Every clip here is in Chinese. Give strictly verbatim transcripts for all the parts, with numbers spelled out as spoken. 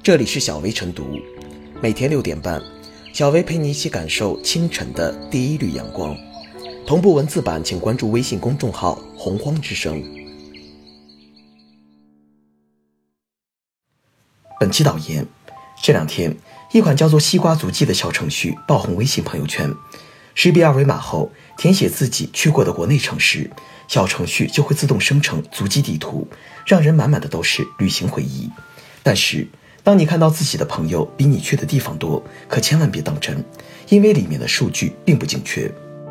这里是小薇晨读，每天六点半，小薇陪你一起感受清晨的第一缕阳光。同步文字版请关注微信公众号洪荒之声。本期导言：这两天，一款叫做西瓜足迹的小程序爆红微信朋友圈。识别二维码后，填写自己去过的国内城市，小程序就会自动生成足迹地图，让人满满的都是旅行回忆。但是当你看到自己的朋友比你去的地方多，可千万别当真，因为里面的数据并不精确。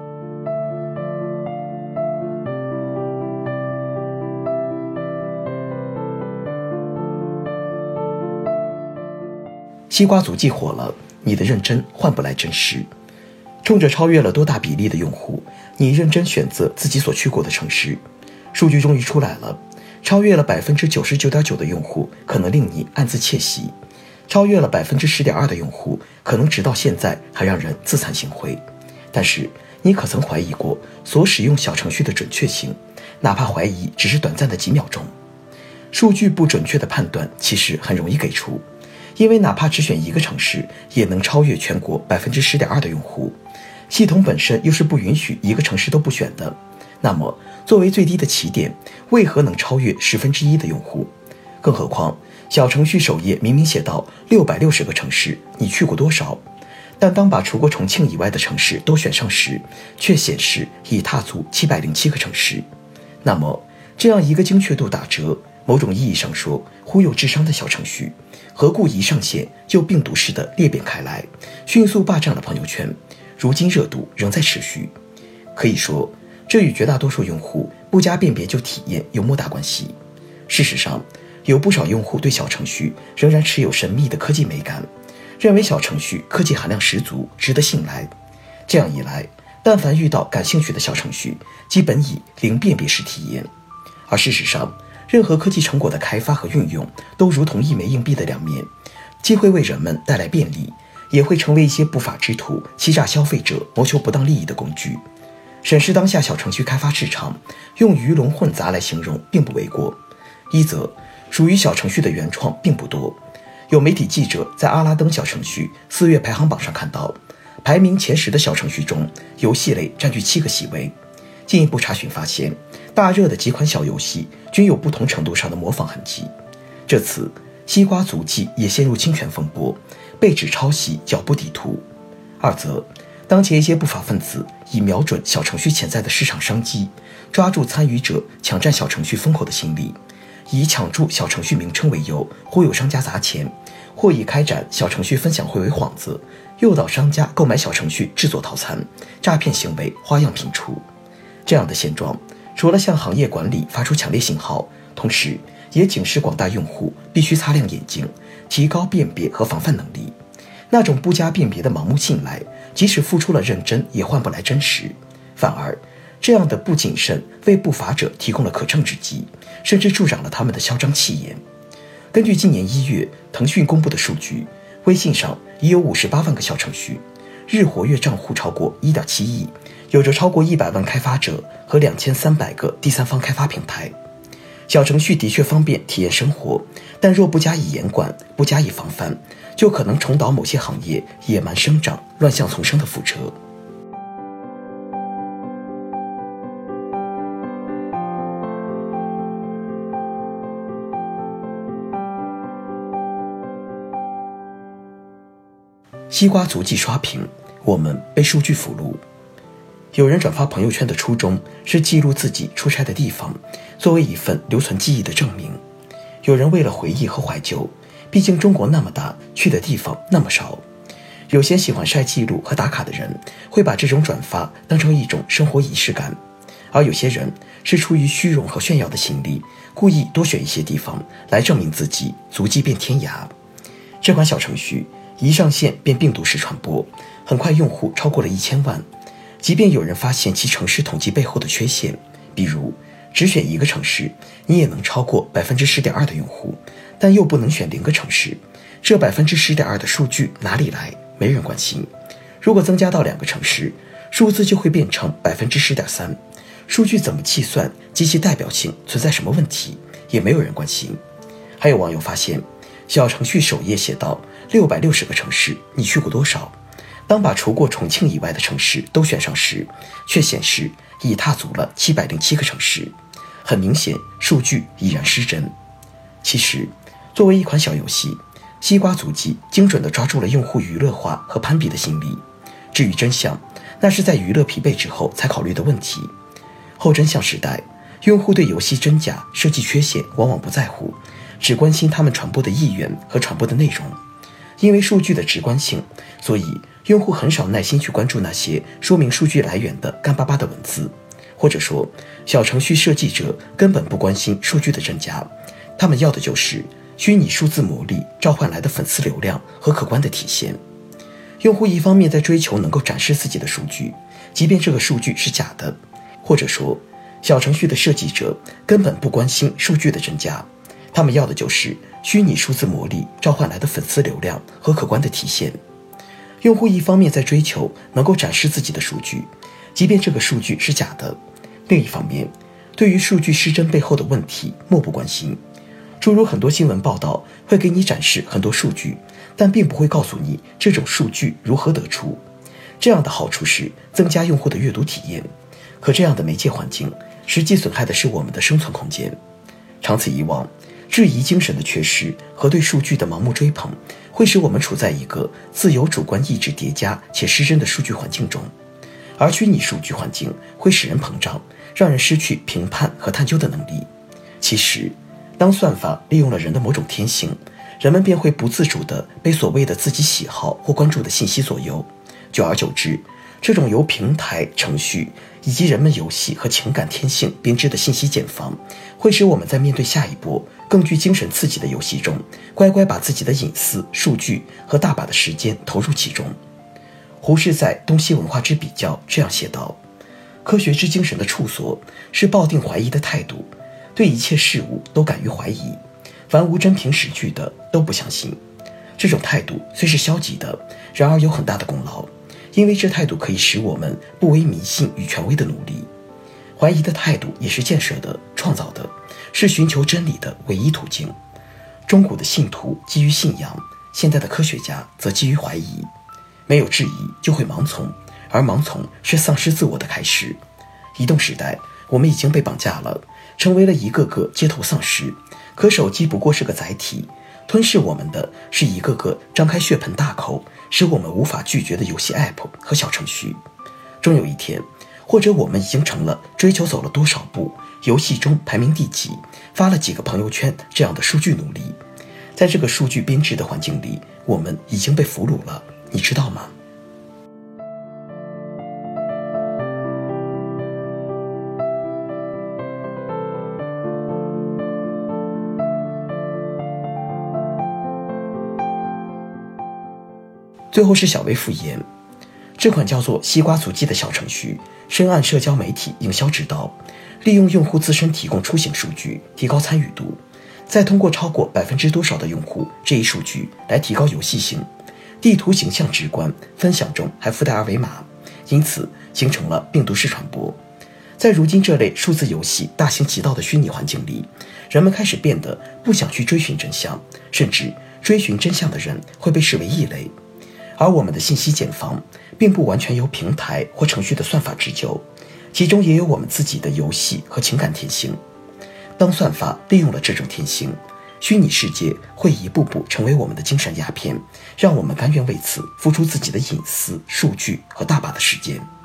西瓜足迹火了，你的认真换不来真实。冲着超越了多大比例的用户，你认真选择自己所去过的城市，数据终于出来了，超越了 百分之九十九点九 的用户可能令你暗自窃喜，超越了 百分之十点二 的用户可能直到现在还让人自惭形秽。但是你可曾怀疑过所使用小程序的准确性，哪怕怀疑只是短暂的几秒钟。数据不准确的判断其实很容易给出，因为哪怕只选一个城市也能超越全国 百分之十点二 的用户，系统本身又是不允许一个城市都不选的，那么作为最低的起点，为何能超越十分之一的用户？更何况小程序首页明明写到六百六十个城市，你去过多少？但当把除过重庆以外的城市都选上时，却显示已踏足七百零七个城市。那么这样一个精确度打折，某种意义上说忽悠智商的小程序，何故一上线就病毒似的裂变开来，迅速霸占了朋友圈，如今热度仍在持续。可以说这与绝大多数用户不加辨别就体验有莫大关系。事实上，有不少用户对小程序仍然持有神秘的科技美感，认为小程序科技含量十足，值得信赖。这样一来，但凡遇到感兴趣的小程序，基本以零辨别式体验。而事实上，任何科技成果的开发和运用都如同一枚硬币的两面，既会为人们带来便利，也会成为一些不法之徒欺诈消费者谋求不当利益的工具。审视当下小程序开发市场，用鱼龙混杂来形容并不为过。一则属于小程序的原创并不多，有媒体记者在阿拉登小程序四月排行榜上看到，排名前十的小程序中，游戏类占据七个席位。进一步查询发现，大热的几款小游戏均有不同程度上的模仿痕迹。这次西瓜足迹也陷入侵权风波，被指抄袭脚步地图。二则当前一些不法分子以瞄准小程序潜在的市场商机，抓住参与者抢占小程序风口的心理，以抢注小程序名称为由忽悠商家砸钱，或以开展小程序分享会为幌子，诱导商家购买小程序制作套餐，诈骗行为花样频出。这样的现状除了向行业管理发出强烈信号，同时也警示广大用户必须擦亮眼睛，提高辨别和防范能力。那种不加辨别的盲目信赖，即使付出了认真也换不来真实，反而这样的不谨慎为不法者提供了可乘之机，甚至助长了他们的嚣张气焰。根据今年一月腾讯公布的数据，微信上已有五十八万个小程序，日活跃账户超过 一点七亿，有着超过一百万开发者和两千三百个第三方开发平台。小程序的确方便体验生活，但若不加以严管，不加以防范，就可能重蹈某些行业野蛮生长、乱象丛生的覆辙。西瓜足迹刷屏，我们被数据俘虏。有人转发朋友圈的初衷是记录自己出差的地方，作为一份留存记忆的证明。有人为了回忆和怀旧，毕竟中国那么大，去的地方那么少。有些喜欢晒记录和打卡的人，会把这种转发当成一种生活仪式感，而有些人是出于虚荣和炫耀的心理，故意多选一些地方来证明自己足迹遍天涯。这款小程序一上线便病毒式传播，很快用户超过了一千万。即便有人发现其城市统计背后的缺陷，比如只选一个城市，你也能超过 百分之十点二 的用户，但又不能选零个城市，这 百分之十点二 的数据哪里来？没人关心。如果增加到两个城市，数字就会变成 百分之十点三。数据怎么计算及其代表性存在什么问题，也没有人关心。还有网友发现， 小程序首页写道六百六十个城市，你去过多少？当把除过重庆以外的城市都选上时，却显示已踏足了七百零七个城市。很明显，数据已然失真。其实，作为一款小游戏，西瓜足迹精准地抓住了用户娱乐化和攀比的心理。至于真相，那是在娱乐疲惫之后才考虑的问题。后真相时代，用户对游戏真假、设计缺陷往往不在乎，只关心他们传播的意愿和传播的内容。因为数据的直观性，所以用户很少耐心去关注那些说明数据来源的干巴巴的文字，或者说小程序设计者根本不关心数据的真假，他们要的就是虚拟数字魔力召唤来的粉丝流量和可观的体现。用户一方面在追求能够展示自己的数据，即便这个数据是假的，或者说小程序的设计者根本不关心数据的真假，他们要的就是虚拟数字魔力召唤来的粉丝流量和可观的体现。用户一方面在追求能够展示自己的数据，即便这个数据是假的，另一方面对于数据失真背后的问题漠不关心。诸如很多新闻报道会给你展示很多数据，但并不会告诉你这种数据如何得出。这样的好处是增加用户的阅读体验，可这样的媒介环境实际损害的是我们的生存空间。长此以往，质疑精神的缺失和对数据的盲目追捧，会使我们处在一个自由主观意志叠加且失真的数据环境中，而虚拟数据环境会使人膨胀，让人失去评判和探究的能力。其实，当算法利用了人的某种天性，人们便会不自主地被所谓的自己喜好或关注的信息左右。久而久之，这种由平台、程序以及人们游戏和情感天性编织的信息茧房，会使我们在面对下一波更具精神刺激的游戏中，乖乖把自己的隐私、数据和大把的时间投入其中。胡适在《东西文化之比较》这样写道：科学之精神的处所是抱定怀疑的态度，对一切事物都敢于怀疑，凡无真凭实据的都不相信。这种态度虽是消极的，然而有很大的功劳，因为这态度可以使我们不为迷信与权威的努力。怀疑的态度也是建设的、创造的，是寻求真理的唯一途径。中古的信徒基于信仰，现代的科学家则基于怀疑。没有质疑就会盲从，而盲从是丧失自我的开始。移动时代，我们已经被绑架了，成为了一个个街头丧尸。可手机不过是个载体，吞噬我们的是一个个张开血盆大口，使我们无法拒绝的游戏 App 和小程序。终有一天，或者我们已经成了追求走了多少步，游戏中排名第几，发了几个朋友圈这样的数据奴隶。在这个数据编制的环境里，我们已经被俘虏了，你知道吗？最后是小微复言，这款叫做西瓜足迹的小程序深谙社交媒体营销之道，利用用户自身提供出行数据提高参与度，再通过超过百分之多少的用户这一数据来提高游戏性。地图形象直观，分享中还附带二维码，因此形成了病毒式传播。在如今这类数字游戏大行其道的虚拟环境里，人们开始变得不想去追寻真相，甚至追寻真相的人会被视为异类。而我们的信息茧房并不完全由平台或程序的算法织就，其中也有我们自己的游戏和情感天性。当算法利用了这种天性，虚拟世界会一步步成为我们的精神鸦片，让我们甘愿为此付出自己的隐私、数据和大把的时间。